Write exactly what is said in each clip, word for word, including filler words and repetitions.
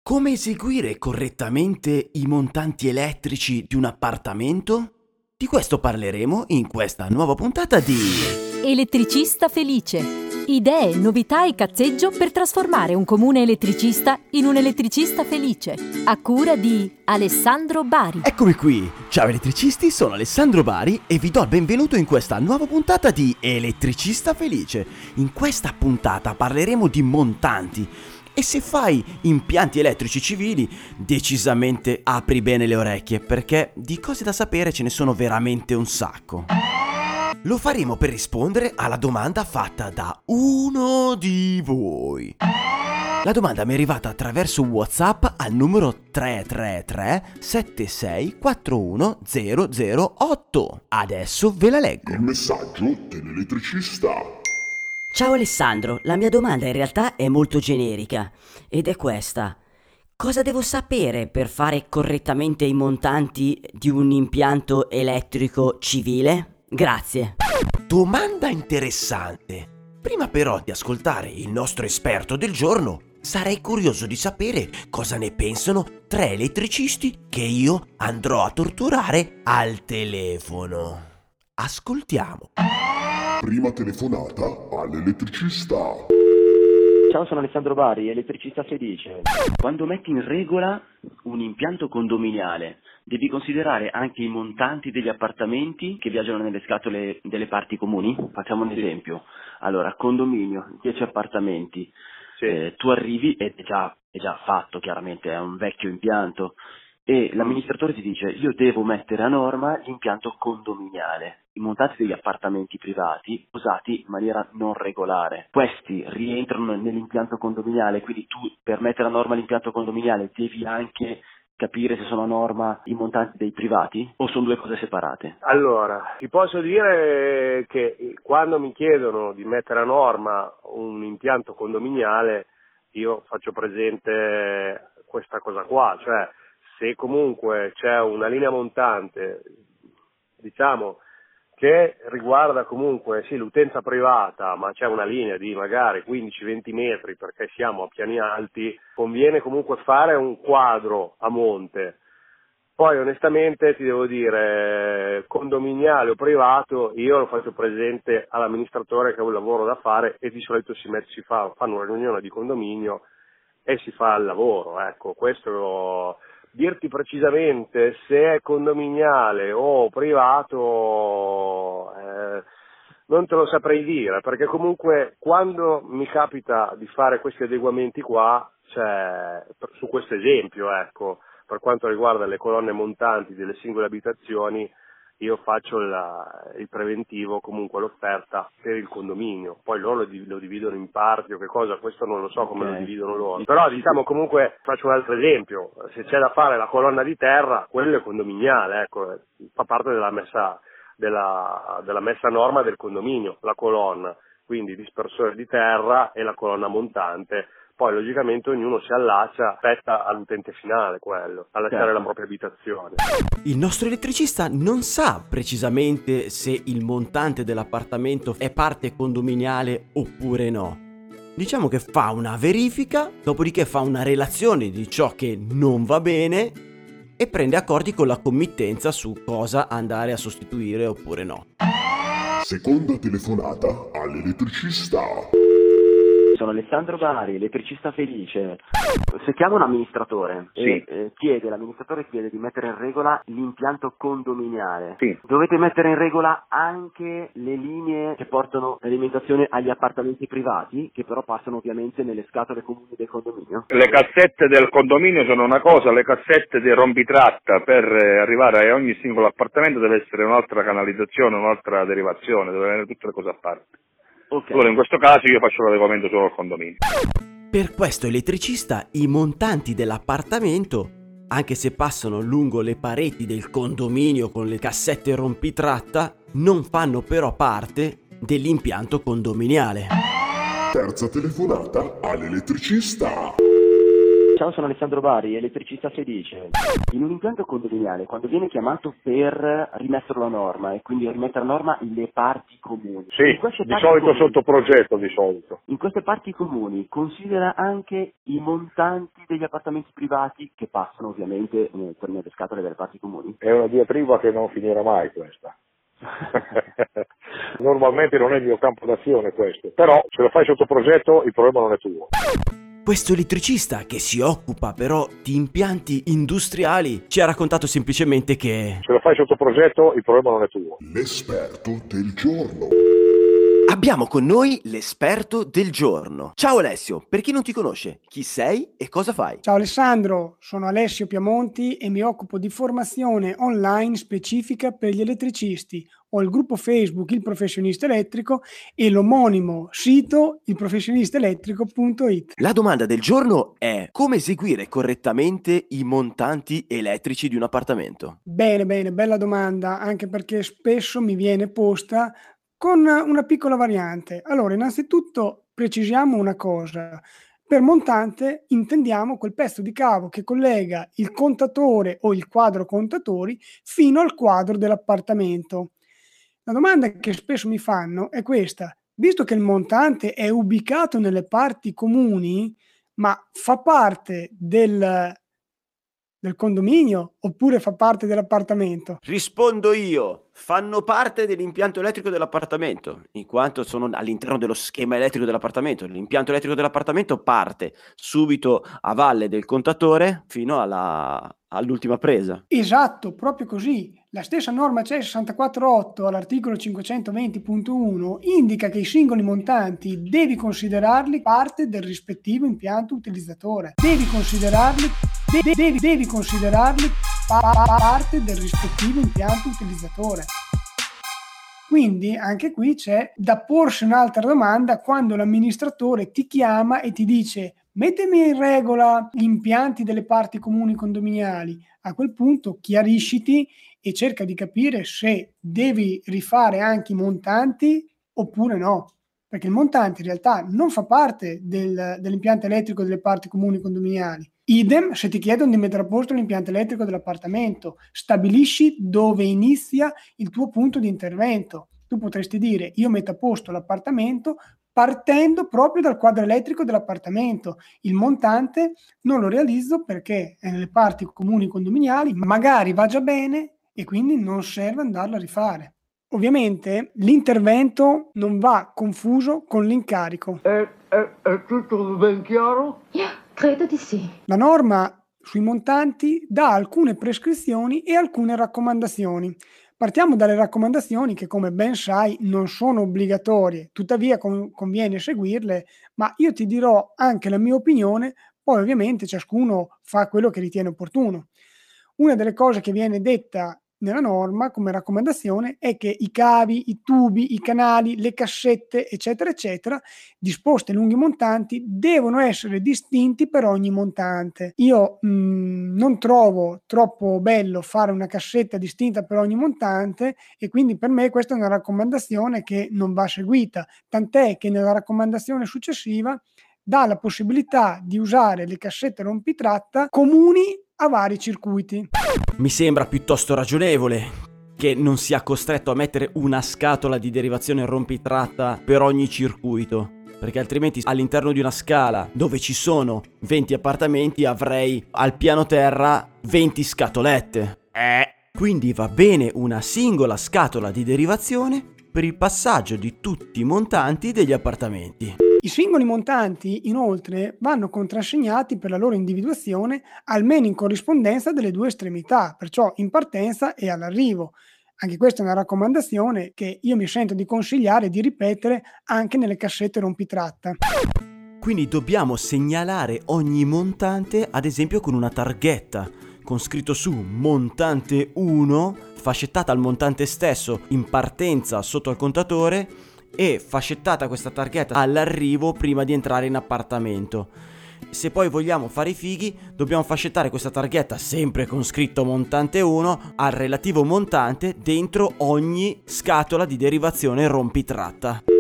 Come eseguire correttamente i montanti elettrici di un appartamento? Di questo parleremo in questa nuova puntata di Elettricista felice. Idee, novità e cazzeggio per trasformare un comune elettricista in un elettricista felice. A cura di Alessandro Bari. Eccomi qui, ciao elettricisti, sono Alessandro Bari e vi do il benvenuto in questa nuova puntata di Elettricista felice. In questa puntata parleremo di montanti. E se fai impianti elettrici civili, decisamente apri bene le orecchie, perché di cose da sapere ce ne sono veramente un sacco. Lo faremo per rispondere alla domanda fatta da uno di voi. La domanda mi è arrivata attraverso WhatsApp al numero tre tre tre sette sei quattro uno zero zero otto. Adesso ve la leggo. Il messaggio dell'elettricista. Ciao Alessandro, la mia domanda in realtà è molto generica ed è questa. Cosa devo sapere per fare correttamente i montanti di un impianto elettrico civile? Grazie. Domanda interessante. Prima però di ascoltare il nostro esperto del giorno, sarei curioso di sapere cosa ne pensano tre elettricisti che io andrò a torturare al telefono. Ascoltiamo. Prima telefonata all'elettricista. Ciao, sono Alessandro Bari, elettricista felice. Quando metti in regola un impianto condominiale, devi considerare anche i montanti degli appartamenti che viaggiano nelle scatole delle parti comuni? Facciamo un esempio. Allora, condominio, dieci appartamenti. Sì. Eh, tu arrivi ed è già, è già fatto, chiaramente, è un vecchio impianto. E l'amministratore ti dice: io devo mettere a norma l'impianto condominiale, i montanti degli appartamenti privati usati in maniera non regolare. Questi rientrano nell'impianto condominiale, quindi tu per mettere a norma l'impianto condominiale devi anche capire se sono a norma i montanti dei privati o sono due cose separate? Allora, ti posso dire che quando mi chiedono di mettere a norma un impianto condominiale io faccio presente questa cosa qua, cioè se comunque c'è una linea montante, diciamo, che riguarda comunque sì l'utenza privata, ma c'è una linea di magari quindici venti metri perché siamo a piani alti, conviene comunque fare un quadro a monte. Poi onestamente ti devo dire, condominiale o privato, io lo faccio presente all'amministratore che ha un lavoro da fare e di solito si, met- si fa, fanno una riunione di condominio e si fa il lavoro, ecco, questo. Dirti precisamente se è condominiale o privato eh, non te lo saprei dire, perché comunque quando mi capita di fare questi adeguamenti qua, cioè su questo esempio, ecco, per quanto riguarda le colonne montanti delle singole abitazioni, io faccio la, il preventivo, comunque l'offerta per il condominio, poi loro lo, lo dividono in parti o che cosa, questo non lo so come okay. Lo dividono loro, però diciamo comunque, faccio un altro esempio, se c'è da fare la colonna di terra, quello è condominiale, ecco, fa parte della messa, della, della messa a norma del condominio, la colonna, quindi dispersore di terra e la colonna montante. Poi logicamente ognuno si allaccia, spetta all'utente finale quello, a lasciare certo. La propria abitazione. Il nostro elettricista non sa precisamente se il montante dell'appartamento è parte condominiale oppure no. Diciamo che fa una verifica, dopodiché fa una relazione di ciò che non va bene e prende accordi con la committenza su cosa andare a sostituire oppure no. Seconda telefonata all'elettricista. Sono Alessandro Bari, elettricista felice. Se chiama un amministratore sì. e eh, chiede, l'amministratore chiede di mettere in regola l'impianto condominiale, sì. Dovete mettere in regola anche le linee che portano alimentazione agli appartamenti privati, che però passano ovviamente nelle scatole comuni del condominio? Le cassette del condominio sono una cosa, le cassette del rompitratta per arrivare a ogni singolo appartamento deve essere un'altra canalizzazione, un'altra derivazione, deve avere tutte le cose a parte. Okay. Allora in questo caso io faccio l'adeguamento solo al condominio. Per questo elettricista i montanti dell'appartamento, anche se passano lungo le pareti del condominio con le cassette rompitratta, non fanno però parte dell'impianto condominiale. Terza telefonata all'elettricista. Ciao, sono Alessandro Bari, elettricista Felice. In un impianto condominiale, quando viene chiamato per rimetterlo a norma e quindi rimettere a norma le parti comuni. Sì, di solito comuni, sotto progetto, di solito. In queste parti comuni considera anche i montanti degli appartamenti privati che passano ovviamente per le scatole delle parti comuni? È una diatriba che non finirà mai questa. Normalmente non è il mio campo d'azione questo, però se lo fai sotto progetto il problema non è tuo. Questo elettricista, che si occupa però di impianti industriali, ci ha raccontato semplicemente che se lo fai sotto progetto il problema non è tuo. L'esperto del giorno. Abbiamo con noi l'esperto del giorno. Ciao Alessio, per chi non ti conosce, chi sei e cosa fai? Ciao Alessandro, sono Alessio Piamonti e mi occupo di formazione online specifica per gli elettricisti. Ho il gruppo Facebook Il Professionista Elettrico e l'omonimo sito il professionista elettrico punto it. La domanda del giorno è: come eseguire correttamente i montanti elettrici di un appartamento? Bene, bene, bella domanda, anche perché spesso mi viene posta con una piccola variante. Allora, innanzitutto precisiamo una cosa. Per montante intendiamo quel pezzo di cavo che collega il contatore o il quadro contatori fino al quadro dell'appartamento. La domanda che spesso mi fanno è questa: visto che il montante è ubicato nelle parti comuni, ma fa parte del, del condominio oppure fa parte dell'appartamento? Rispondo io. Fanno parte dell'impianto elettrico dell'appartamento, in quanto sono all'interno dello schema elettrico dell'appartamento. L'impianto elettrico dell'appartamento parte subito a valle del contatore fino alla, all'ultima presa. Esatto, proprio così. La stessa norma C E sessantaquattro punto otto all'articolo cinquecentoventi punto uno indica che i singoli montanti devi considerarli parte del rispettivo impianto utilizzatore. Devi considerarli, de- devi, devi considerarli parte del rispettivo impianto utilizzatore. Quindi anche qui c'è da porsi un'altra domanda quando l'amministratore ti chiama e ti dice: mettimi in regola gli impianti delle parti comuni condominiali. A quel punto chiarisciti e cerca di capire se devi rifare anche i montanti oppure no, perché il montante in realtà non fa parte del, dell'impianto elettrico delle parti comuni condominiali. Idem se ti chiedono di mettere a posto l'impianto elettrico dell'appartamento, stabilisci dove inizia il tuo punto di intervento. Tu potresti dire: io metto a posto l'appartamento partendo proprio dal quadro elettrico dell'appartamento. Il montante non lo realizzo perché è nelle parti comuni condominiali, magari va già bene e quindi non serve andarlo a rifare. Ovviamente l'intervento non va confuso con l'incarico. È, è, è tutto ben chiaro? Yeah, credo di sì. La norma sui montanti dà alcune prescrizioni e alcune raccomandazioni. Partiamo dalle raccomandazioni che, come ben sai, non sono obbligatorie, tuttavia con, conviene seguirle, ma io ti dirò anche la mia opinione, poi ovviamente ciascuno fa quello che ritiene opportuno. Una delle cose che viene detta nella norma come raccomandazione è che i cavi, i tubi, i canali, le cassette, eccetera, eccetera, disposte lunghi montanti, devono essere distinti per ogni montante. Io mh, non trovo troppo bello fare una cassetta distinta per ogni montante e quindi per me questa è una raccomandazione che non va seguita, tant'è che nella raccomandazione successiva dà la possibilità di usare le cassette rompitratta comuni a vari circuiti. Mi sembra piuttosto ragionevole che non sia costretto a mettere una scatola di derivazione rompitratta per ogni circuito, perché altrimenti all'interno di una scala dove ci sono venti appartamenti avrei al piano terra venti scatolette. Eh. Quindi va bene una singola scatola di derivazione per il passaggio di tutti i montanti degli appartamenti. I singoli montanti, inoltre, vanno contrassegnati per la loro individuazione almeno in corrispondenza delle due estremità, perciò in partenza e all'arrivo. Anche questa è una raccomandazione che io mi sento di consigliare e di ripetere anche nelle cassette rompitratta. Quindi dobbiamo segnalare ogni montante, ad esempio con una targhetta, con scritto su montante uno, fascettata al montante stesso in partenza sotto al contatore e fascettata questa targhetta all'arrivo prima di entrare in appartamento. Se poi vogliamo fare i fighi, dobbiamo fascettare questa targhetta sempre con scritto montante uno al relativo montante dentro ogni scatola di derivazione rompitratta.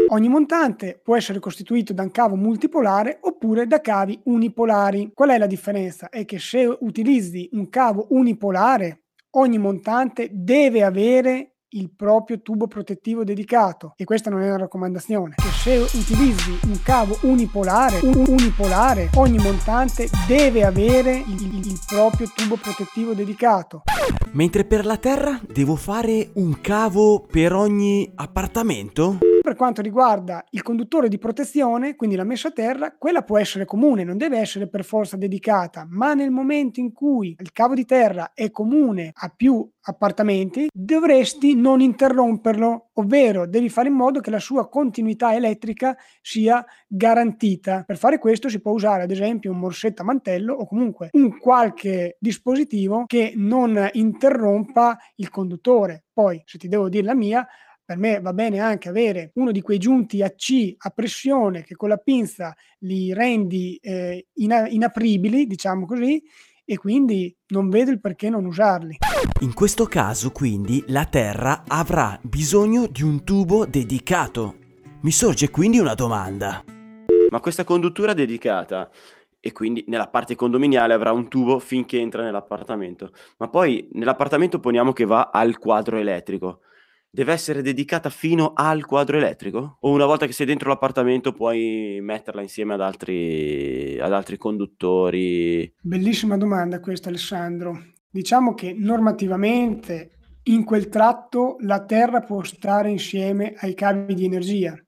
Ogni montante può essere costituito da un cavo multipolare oppure da cavi unipolari. Qual è la differenza? È che se utilizzi un cavo unipolare, ogni montante deve avere il proprio tubo protettivo dedicato, e questa non è una raccomandazione. Che se utilizzi un cavo unipolare, un unipolare, ogni montante deve avere il, il, il proprio tubo protettivo dedicato. Mentre per la terra devo fare un cavo per ogni appartamento? Per quanto riguarda il conduttore di protezione, quindi la messa a terra, quella può essere comune, non deve essere per forza dedicata, ma nel momento in cui il cavo di terra è comune a più appartamenti, dovresti non interromperlo, ovvero devi fare in modo che la sua continuità elettrica sia garantita. Per fare questo si può usare ad esempio un morsetta mantello o comunque un qualche dispositivo che non interrompa il conduttore. Poi, se ti devo dire la mia, per me va bene anche avere uno di quei giunti a C a pressione che con la pinza li rendi eh, ina- inapribili, diciamo così, e quindi non vedo il perché non usarli. In questo caso, quindi, la terra avrà bisogno di un tubo dedicato. Mi sorge quindi una domanda. Ma questa conduttura dedicata, e quindi nella parte condominiale avrà un tubo finché entra nell'appartamento, ma poi nell'appartamento poniamo che va al quadro elettrico. Deve essere dedicata fino al quadro elettrico? O una volta che sei dentro l'appartamento puoi metterla insieme ad altri, ad altri conduttori? Bellissima domanda questa, Alessandro. Diciamo che normativamente in quel tratto la terra può stare insieme ai cavi di energia.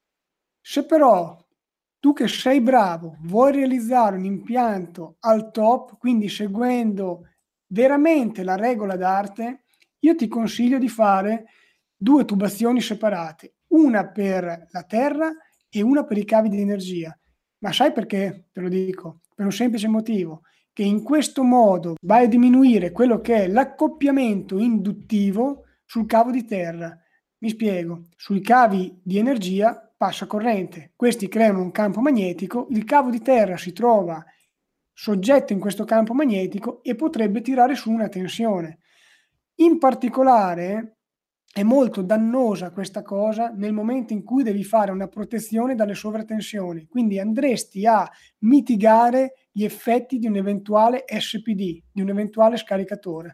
Se però tu che sei bravo vuoi realizzare un impianto al top, quindi seguendo veramente la regola d'arte, io ti consiglio di fare due tubazioni separate, una per la terra e una per i cavi di energia. Ma sai perché? Te lo dico, per un semplice motivo, che in questo modo vai a diminuire quello che è l'accoppiamento induttivo sul cavo di terra. Mi spiego, sui cavi di energia passa corrente, questi creano un campo magnetico, il cavo di terra si trova soggetto in questo campo magnetico e potrebbe tirare su una tensione. In particolare è molto dannosa questa cosa nel momento in cui devi fare una protezione dalle sovratensioni, quindi andresti a mitigare gli effetti di un eventuale S P D, di un eventuale scaricatore.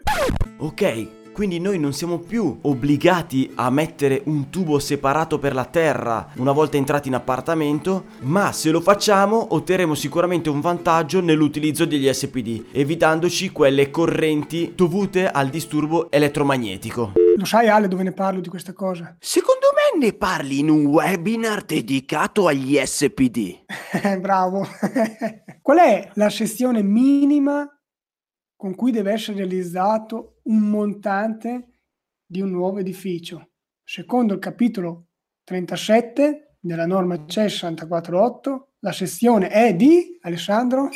Ok, quindi noi non siamo più obbligati a mettere un tubo separato per la terra una volta entrati in appartamento, ma se lo facciamo otterremo sicuramente un vantaggio nell'utilizzo degli S P D, evitandoci quelle correnti dovute al disturbo elettromagnetico. Lo sai Ale dove ne parlo di questa cosa? Secondo me ne parli in un webinar dedicato agli S P D. Bravo. Qual è la sezione minima con cui deve essere realizzato un montante di un nuovo edificio? Secondo il capitolo trentasette della norma C E S sei quattro otto, la sezione è di, Alessandro?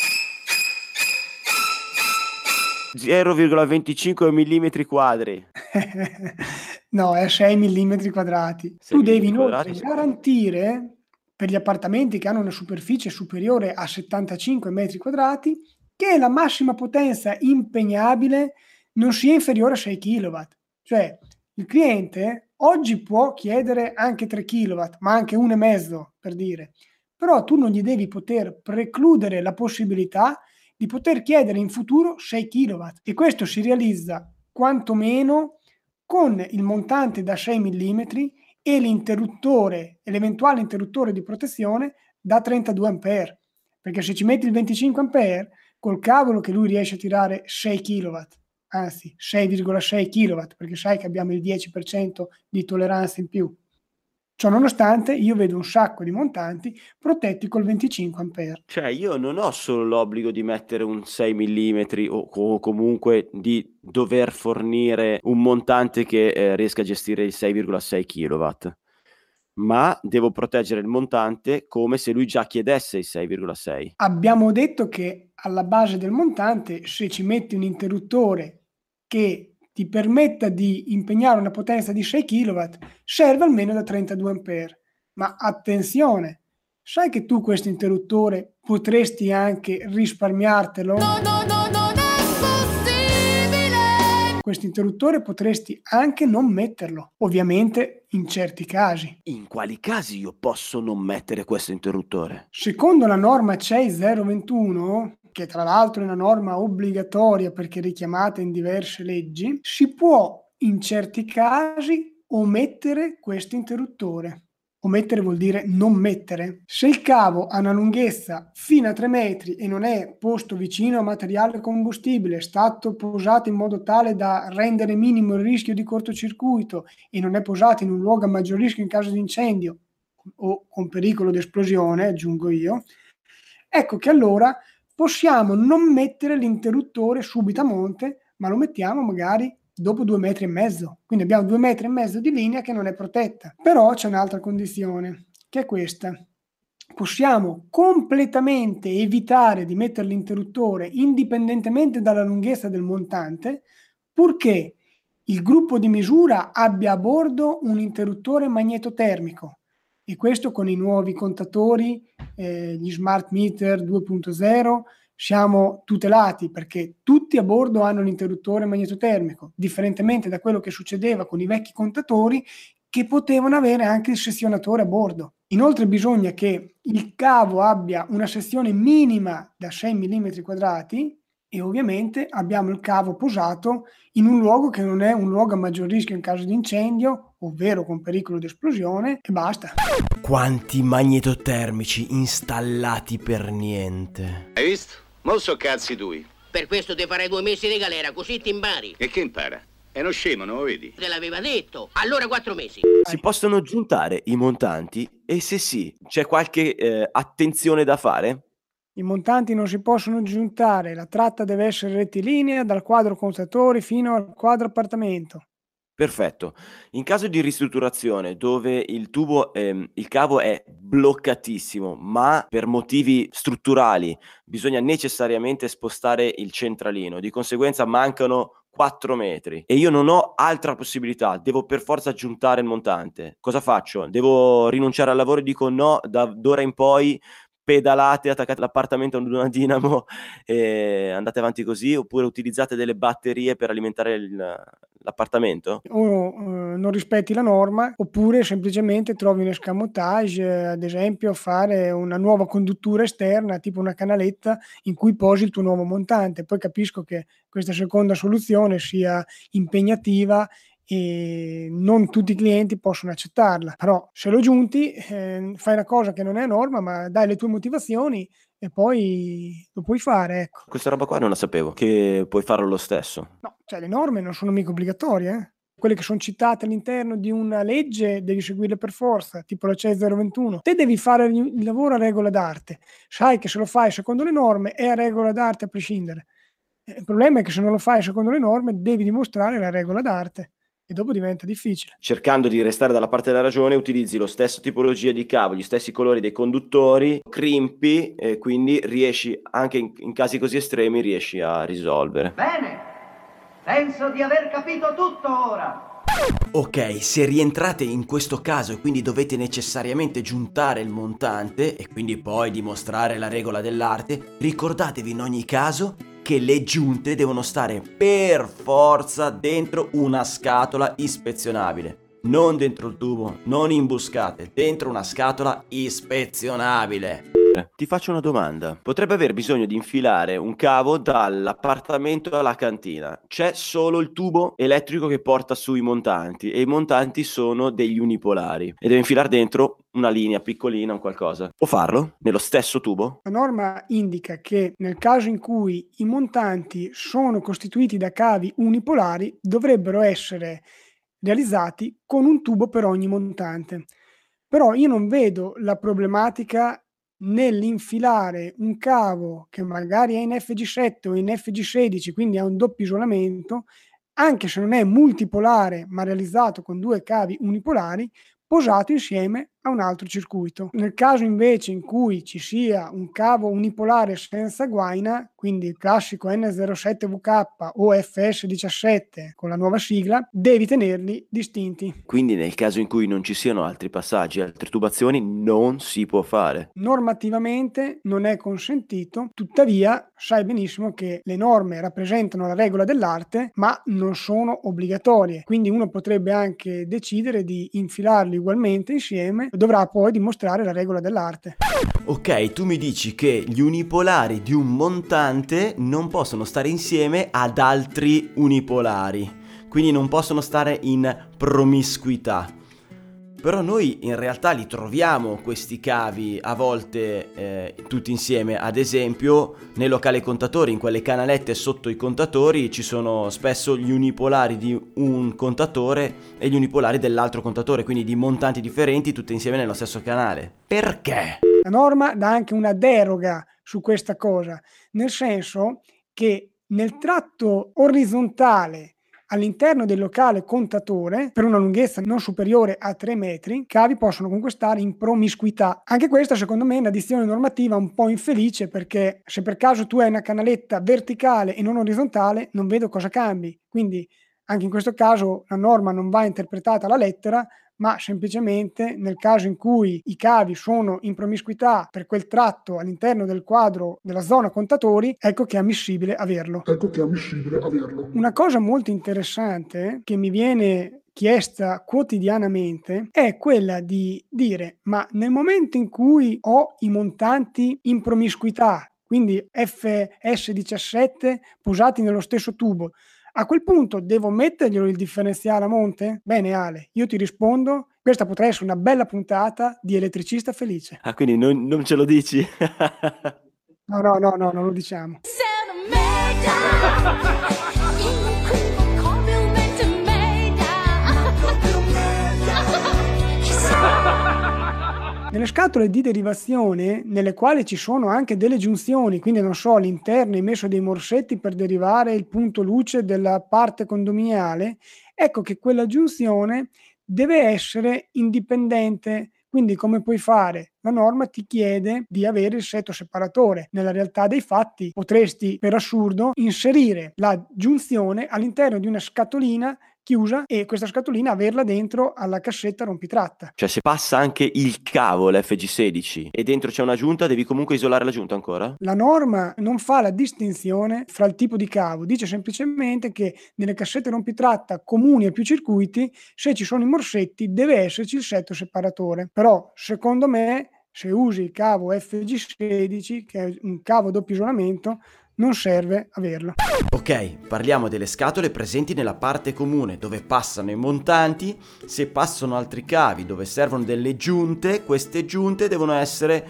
zero virgola venticinque millimetri quadri. No, è sei millimetri quadrati. Tu devi inoltre garantire per gli appartamenti che hanno una superficie superiore a settantacinque metri quadrati che la massima potenza impegnabile non sia inferiore a sei chilowatt. Cioè, il cliente oggi può chiedere anche tre chilowatt, ma anche uno e mezzo, per dire. Però tu non gli devi poter precludere la possibilità di poter chiedere in futuro sei chilowatt. E questo si realizza quantomeno con il montante da sei millimetri e l'interruttore, e l'eventuale interruttore di protezione da trentadue ampere. Perché se ci metti il venticinque ampere, col cavolo che lui riesce a tirare sei chilowatt, anzi sei virgola sei chilowatt, perché sai che abbiamo il dieci per cento di tolleranza in più. Ciò nonostante io vedo un sacco di montanti protetti col venticinque ampere. Cioè io non ho solo l'obbligo di mettere un sei millimetri o, o comunque di dover fornire un montante che eh, riesca a gestire il sei virgola sei chilowatt, ma devo proteggere il montante come se lui già chiedesse il sei virgola sei. Abbiamo detto che alla base del montante, se ci metti un interruttore che ti permetta di impegnare una potenza di sei chilowatt, serve almeno da trentadue ampere. Ma attenzione, sai che tu questo interruttore potresti anche risparmiartelo? No, no, no, non è possibile! questo interruttore potresti anche non metterlo, ovviamente in certi casi. In quali casi io posso non mettere questo interruttore? Secondo la norma C E I zero ventuno, che tra l'altro è una norma obbligatoria perché richiamata in diverse leggi, si può in certi casi omettere questo interruttore. Omettere vuol dire non mettere. Se il cavo ha una lunghezza fino a tre metri e non è posto vicino a materiale combustibile, è stato posato in modo tale da rendere minimo il rischio di cortocircuito e non è posato in un luogo a maggior rischio in caso di incendio o con pericolo di esplosione, aggiungo io, ecco che allora possiamo non mettere l'interruttore subito a monte, ma lo mettiamo magari dopo due metri e mezzo. Quindi abbiamo due metri e mezzo di linea che non è protetta. Però c'è un'altra condizione, che è questa. Possiamo completamente evitare di mettere l'interruttore indipendentemente dalla lunghezza del montante, purché il gruppo di misura abbia a bordo un interruttore magnetotermico. E questo con i nuovi contatori, eh, gli smart meter due punto zero, siamo tutelati perché tutti a bordo hanno l'interruttore magnetotermico, differentemente da quello che succedeva con i vecchi contatori che potevano avere anche il sezionatore a bordo. Inoltre bisogna che il cavo abbia una sezione minima da sei millimetri quadrati e ovviamente abbiamo il cavo posato in un luogo che non è un luogo a maggior rischio in caso di incendio, ovvero con pericolo di esplosione, e basta. Quanti magnetotermici installati per niente. Hai visto? Mo so cazzi tui. Per questo ti farei due mesi di galera, così ti impari. E che impara? È uno scemo, non lo vedi? Te l'aveva detto. Allora quattro mesi. Si possono aggiuntare i montanti e se sì, c'è qualche eh, attenzione da fare? I montanti non si possono aggiuntare, la tratta deve essere rettilinea dal quadro contatori fino al quadro appartamento. Perfetto. In caso di ristrutturazione dove il tubo, ehm, il cavo è bloccatissimo, ma per motivi strutturali bisogna necessariamente spostare il centralino, di conseguenza mancano quattro metri e io non ho altra possibilità, devo per forza aggiuntare il montante. Cosa faccio? Devo rinunciare al lavoro e dico no, da d'ora in poi pedalate, attaccate l'appartamento ad una dinamo e andate avanti così, oppure utilizzate delle batterie per alimentare il, l'appartamento? O eh, non rispetti la norma, oppure semplicemente trovi un escamotage, eh, ad esempio fare una nuova conduttura esterna, tipo una canaletta in cui posi il tuo nuovo montante. Poi capisco che questa seconda soluzione sia impegnativa e non tutti i clienti possono accettarla, però se lo giunti eh, fai una cosa che non è a norma, ma dai le tue motivazioni e poi lo puoi fare, ecco. Questa roba qua non la sapevo, che puoi farlo lo stesso. No, cioè le norme non sono mica obbligatorie, eh? Quelle che sono citate all'interno di una legge devi seguirle per forza, tipo la C E I zero ventuno. Te devi fare il lavoro a regola d'arte, sai che se lo fai secondo le norme è a regola d'arte a prescindere. Il problema è che se non lo fai secondo le norme devi dimostrare la regola d'arte. E dopo diventa difficile. Cercando di restare dalla parte della ragione, utilizzi lo stesso tipologia di cavo, gli stessi colori dei conduttori, crimpi e quindi riesci, anche in, in casi così estremi, riesci a risolvere. Bene, penso di aver capito tutto ora. Ok, se rientrate in questo caso e quindi dovete necessariamente giuntare il montante e quindi poi dimostrare la regola dell'arte, ricordatevi in ogni caso che le giunte devono stare per forza dentro una scatola ispezionabile. Non dentro il tubo, non imbuscate, dentro una scatola ispezionabile. Ti faccio una domanda. Potrebbe aver bisogno di infilare un cavo dall'appartamento alla cantina. C'è solo il tubo elettrico che porta sui montanti e i montanti sono degli unipolari e deve infilare dentro una linea piccolina o qualcosa. Può farlo? Nello stesso tubo? La norma indica che nel caso in cui i montanti sono costituiti da cavi unipolari dovrebbero essere realizzati con un tubo per ogni montante. Però io non vedo la problematica nell'infilare un cavo che magari è in F G sette o in F G sedici, quindi ha un doppio isolamento, anche se non è multipolare ma realizzato con due cavi unipolari, posato insieme a un altro circuito. Nel caso invece in cui ci sia un cavo unipolare senza guaina, quindi il classico N zero sette V K o F S diciassette con la nuova sigla, devi tenerli distinti. Quindi nel caso in cui non ci siano altri passaggi, altre tubazioni, non si può fare. Normativamente non è consentito, tuttavia sai benissimo che le norme rappresentano la regola dell'arte, ma non sono obbligatorie, quindi uno potrebbe anche decidere di infilarli ugualmente insieme, dovrà poi dimostrare la regola dell'arte. Ok, tu mi dici che gli unipolari di un montante non possono stare insieme ad altri unipolari, quindi non possono stare in promiscuità. Però noi in realtà li troviamo questi cavi a volte eh, tutti insieme. Ad esempio nei locali contatori, in quelle canalette sotto i contatori ci sono spesso gli unipolari di un contatore e gli unipolari dell'altro contatore, quindi di montanti differenti tutti insieme nello stesso canale. Perché? La norma dà anche una deroga su questa cosa, nel senso che nel tratto orizzontale all'interno del locale contatore, per una lunghezza non superiore a tre metri, i cavi possono comunque stare in promiscuità. Anche questa secondo me è una dizione normativa un po' infelice, perché se per caso tu hai una canaletta verticale e non orizzontale, non vedo cosa cambi. Quindi anche in questo caso la norma non va interpretata alla lettera, ma semplicemente nel caso in cui i cavi sono in promiscuità per quel tratto all'interno del quadro della zona contatori, ecco che è ammissibile averlo. Ecco che è ammissibile averlo. Una cosa molto interessante che mi viene chiesta quotidianamente è quella di dire: ma nel momento in cui ho i montanti in promiscuità, quindi F S diciassette posati nello stesso tubo, a quel punto devo metterglielo il differenziale a monte? Bene Ale, io ti rispondo, questa potrà essere una bella puntata di Elettricista Felice. Ah, quindi non, non ce lo dici? No, no, no, no, non lo diciamo. Nelle scatole di derivazione, nelle quali ci sono anche delle giunzioni, quindi non so, all'interno hai messo dei morsetti per derivare il punto luce della parte condominiale, ecco che quella giunzione deve essere indipendente. Quindi come puoi fare? La norma ti chiede di avere il setto separatore. Nella realtà dei fatti potresti, per assurdo, inserire la giunzione all'interno di una scatolina chiusa e questa scatolina averla dentro alla cassetta rompitratta. Cioè se passa anche il cavo, l'F G sedici, e dentro c'è una giunta, devi comunque isolare la giunta ancora? La norma non fa la distinzione fra il tipo di cavo, dice semplicemente che nelle cassette rompitratta comuni a più circuiti, se ci sono i morsetti deve esserci il setto separatore. Però secondo me se usi il cavo F G sedici, che è un cavo doppio isolamento, non serve averlo. Ok, parliamo delle scatole presenti nella parte comune dove passano i montanti. Se passano altri cavi dove servono delle giunte, queste giunte devono essere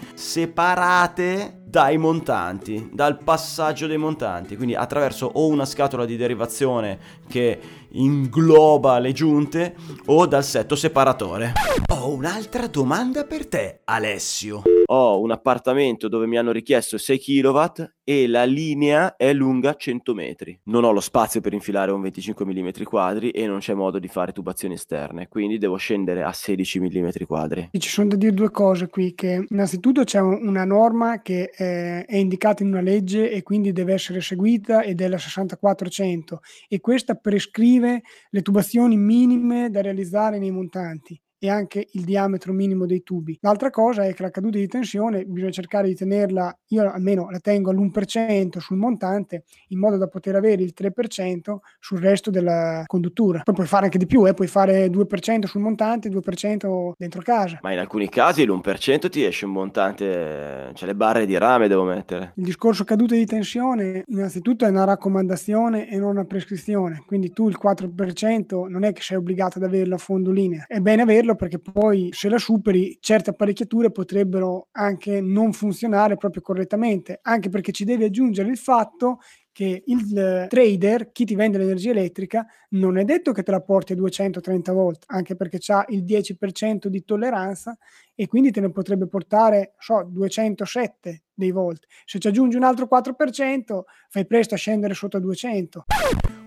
separate dai montanti, dal passaggio dei montanti, quindi attraverso o una scatola di derivazione che ingloba le giunte o dal setto separatore. Ho un'altra domanda per te, Alessio. Ho un appartamento dove mi hanno richiesto sei chilowatt e la linea è lunga cento metri. Non ho lo spazio per infilare un venticinque millimetri quadri e non c'è modo di fare tubazioni esterne, quindi devo scendere a sedici millimetri quadri. Ci sono da dire due cose qui, che innanzitutto c'è una norma che eh, è indicata in una legge e quindi deve essere seguita, ed è la sessantaquattrocento, e questa prescrive le tubazioni minime da realizzare nei montanti e anche il diametro minimo dei tubi. L'altra cosa è che la caduta di tensione bisogna cercare di tenerla, io almeno la tengo all'uno per cento sul montante, in modo da poter avere il tre per cento sul resto della conduttura. Poi puoi fare anche di più, eh? Puoi fare due per cento sul montante, due per cento dentro casa. Ma in alcuni casi l'uno per cento ti esce un montante, cioè le barre di rame devo mettere. Il discorso caduta di tensione innanzitutto è una raccomandazione e non una prescrizione, quindi tu il quattro per cento non è che sei obbligato ad averlo a fondo linea. È bene averlo perché poi se la superi certe apparecchiature potrebbero anche non funzionare proprio correttamente, anche perché ci devi aggiungere il fatto che il trader, chi ti vende l'energia elettrica, non è detto che te la porti a duecentotrenta volt, anche perché c'ha il dieci per cento di tolleranza e quindi te ne potrebbe portare, so, duecentosette dei volt. Se ci aggiungi un altro quattro per cento fai presto a scendere sotto a duecento.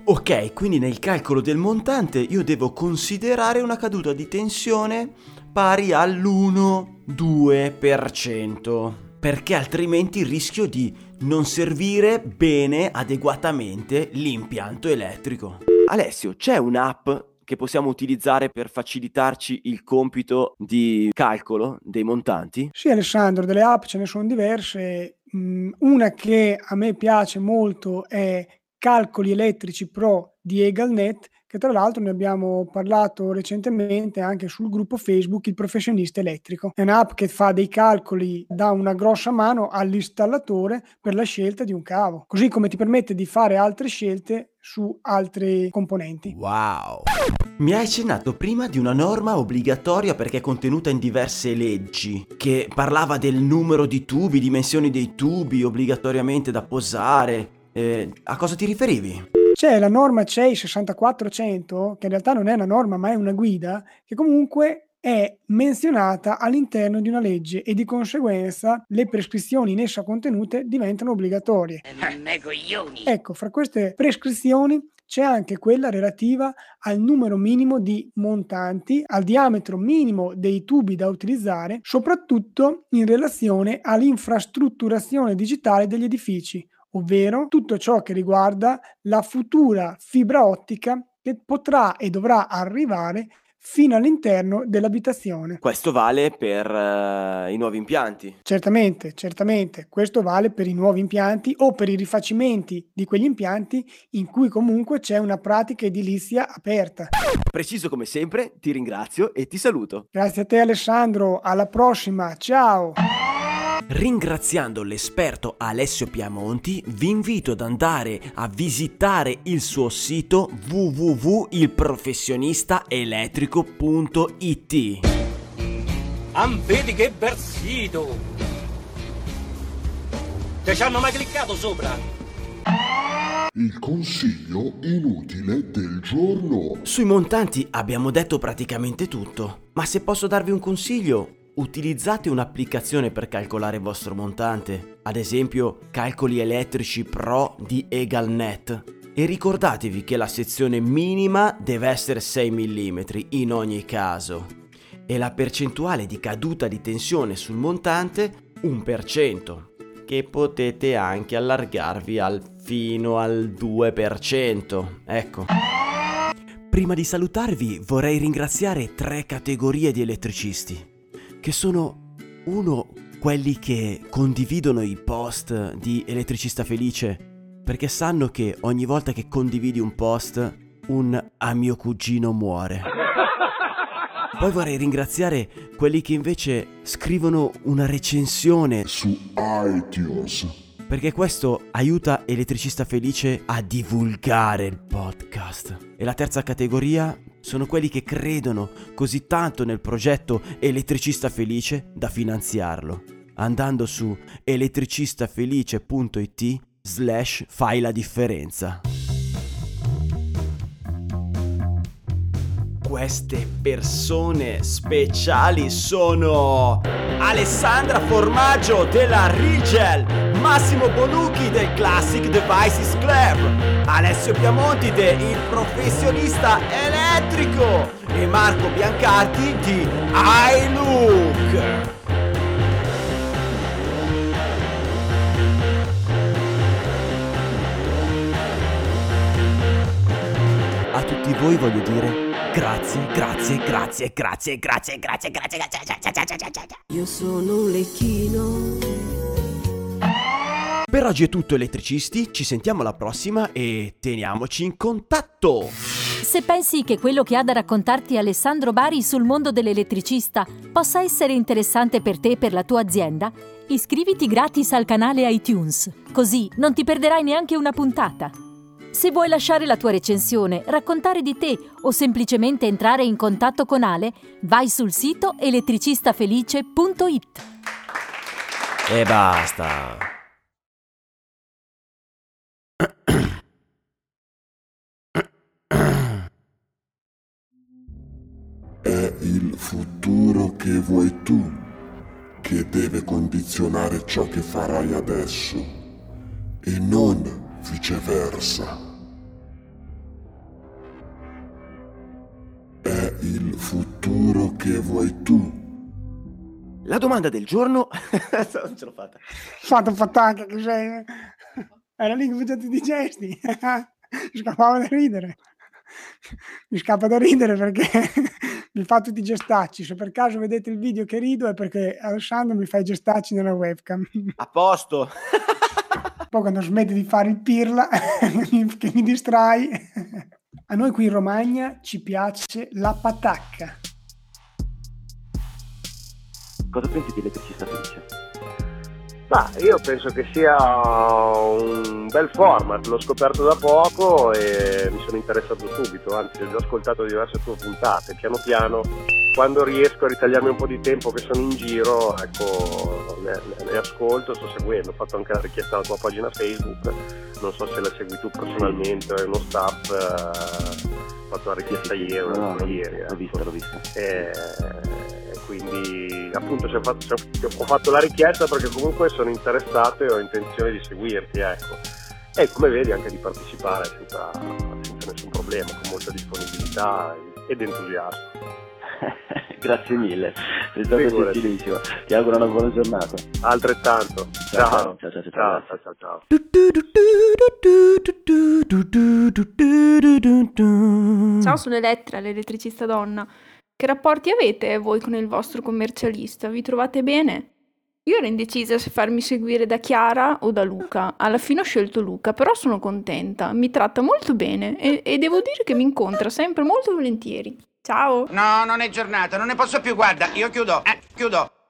Ok, quindi nel calcolo del montante io devo considerare una caduta di tensione pari all'uno due per cento, perché altrimenti rischio di non servire bene, adeguatamente l'impianto elettrico. Alessio, c'è un'app che possiamo utilizzare per facilitarci il compito di calcolo dei montanti? Sì, Alessandro, delle app ce ne sono diverse. Mm, Una che a me piace molto è Calcoli Elettrici Pro di Egalnet, che tra l'altro ne abbiamo parlato recentemente anche sul gruppo Facebook Il Professionista Elettrico. È un'app che fa dei calcoli, dà una grossa mano all'installatore per la scelta di un cavo, così come ti permette di fare altre scelte su altri componenti. Wow! Mi hai accennato prima di una norma obbligatoria perché è contenuta in diverse leggi, che parlava del numero di tubi, dimensioni dei tubi obbligatoriamente da posare. Eh, a cosa ti riferivi? C'è la norma C E I sessantaquattrocento, che in realtà non è una norma ma è una guida, che comunque è menzionata all'interno di una legge e di conseguenza le prescrizioni in essa contenute diventano obbligatorie. Ecco, fra queste prescrizioni c'è anche quella relativa al numero minimo di montanti, al diametro minimo dei tubi da utilizzare, soprattutto in relazione all'infrastrutturazione digitale degli edifici, ovvero tutto ciò che riguarda la futura fibra ottica che potrà e dovrà arrivare fino all'interno dell'abitazione. Questo vale per uh, i nuovi impianti? Certamente, certamente. Questo vale per i nuovi impianti o per i rifacimenti di quegli impianti in cui comunque c'è una pratica edilizia aperta. Preciso come sempre, ti ringrazio e ti saluto. Grazie a te Alessandro, alla prossima, ciao! Ringraziando l'esperto Alessio Piamonti, vi invito ad andare a visitare il suo sito w w w punto il professionista elettrico punto i t. Am vedi che bel sito! Te ci hanno mai cliccato sopra? Il consiglio inutile del giorno. Sui montanti abbiamo detto praticamente tutto, ma se posso darvi un consiglio, utilizzate un'applicazione per calcolare il vostro montante, ad esempio Calcoli Elettrici Pro di Egalnet, e ricordatevi che la sezione minima deve essere sei millimetri in ogni caso e la percentuale di caduta di tensione sul montante un per cento, che potete anche allargarvi al fino al due per cento. Ecco. Prima di salutarvi vorrei ringraziare tre categorie di elettricisti, che sono uno, quelli che condividono i post di Elettricista Felice, perché sanno che ogni volta che condividi un post, un "a mio cugino muore". Poi vorrei ringraziare quelli che invece scrivono una recensione su iTunes, perché questo aiuta Elettricista Felice a divulgare il podcast. E la terza categoria sono quelli che credono così tanto nel progetto Elettricista Felice da finanziarlo, andando su elettricistafelice punto i t slash fai la differenza. Queste persone speciali sono Alessandra Formaggio della Rigel, Massimo Bonucchi del Classic Devices Club, Alessio Piamonti del Il Professionista Elettrico e Marco Biancardi di iLook. A tutti voi voglio dire grazie, grazie, grazie, grazie, grazie, grazie, grazie, grazie. Io sono un lecchino. Per oggi è tutto elettricisti, ci sentiamo alla prossima e teniamoci in contatto! Se pensi che quello che ha da raccontarti Alessandro Bari sul mondo dell'elettricista possa essere interessante per te e per la tua azienda, iscriviti gratis al canale iTunes, così non ti perderai neanche una puntata. Se vuoi lasciare la tua recensione, raccontare di te o semplicemente entrare in contatto con Ale, vai sul sito elettricistafelice punto i t. E basta! È il futuro che vuoi tu che deve condizionare ciò che farai adesso e non viceversa. futuro che vuoi tu. La domanda del giorno... non ce l'ho fatta. Fatto fattacca che sei. Era lì che facevo tutti i gesti. Mi scappava da ridere. Mi scappa da ridere perché mi fa tutti i gestacci. Se per caso vedete il video che rido è perché Alessandro mi fa i gestacci nella webcam. A posto. Poi quando smette di fare il pirla che mi distrai. A noi qui in Romagna ci piace la patacca. Cosa pensi di Elettricista Felice? Ma io penso che sia un bel format, l'ho scoperto da poco e mi sono interessato subito, anzi ho già ascoltato diverse tue puntate, piano piano, quando riesco a ritagliarmi un po' di tempo che sono in giro, ecco, ne, ne ascolto, sto seguendo, ho fatto anche la richiesta alla tua pagina Facebook, non so se la segui tu personalmente o è uno staff, eh, ho fatto la richiesta ieri, no, no, ieri. L'ho vista, l'ho vista. E, quindi appunto se ho, fatto, se ho fatto la richiesta perché comunque sono interessato e ho intenzione di seguirti, ecco. E come vedi anche di partecipare senza, senza nessun problema, con molta disponibilità ed entusiasmo. Grazie mille, sei stato gentilissimo. Ti auguro una buona giornata. Altrettanto. Ciao. Ciao, Ciao, ciao, ciao. ciao, ciao, ciao, ciao. Ciao, sono Elettra, l'elettricista donna. Che rapporti avete voi con il vostro commercialista? Vi trovate bene? Io ero indecisa se farmi seguire da Chiara o da Luca. Alla fine ho scelto Luca, però sono contenta. Mi tratta molto bene e, e devo dire che mi incontra sempre molto volentieri. Ciao! No, non è giornata, non ne posso più, guarda, io chiudo, eh, chiudo.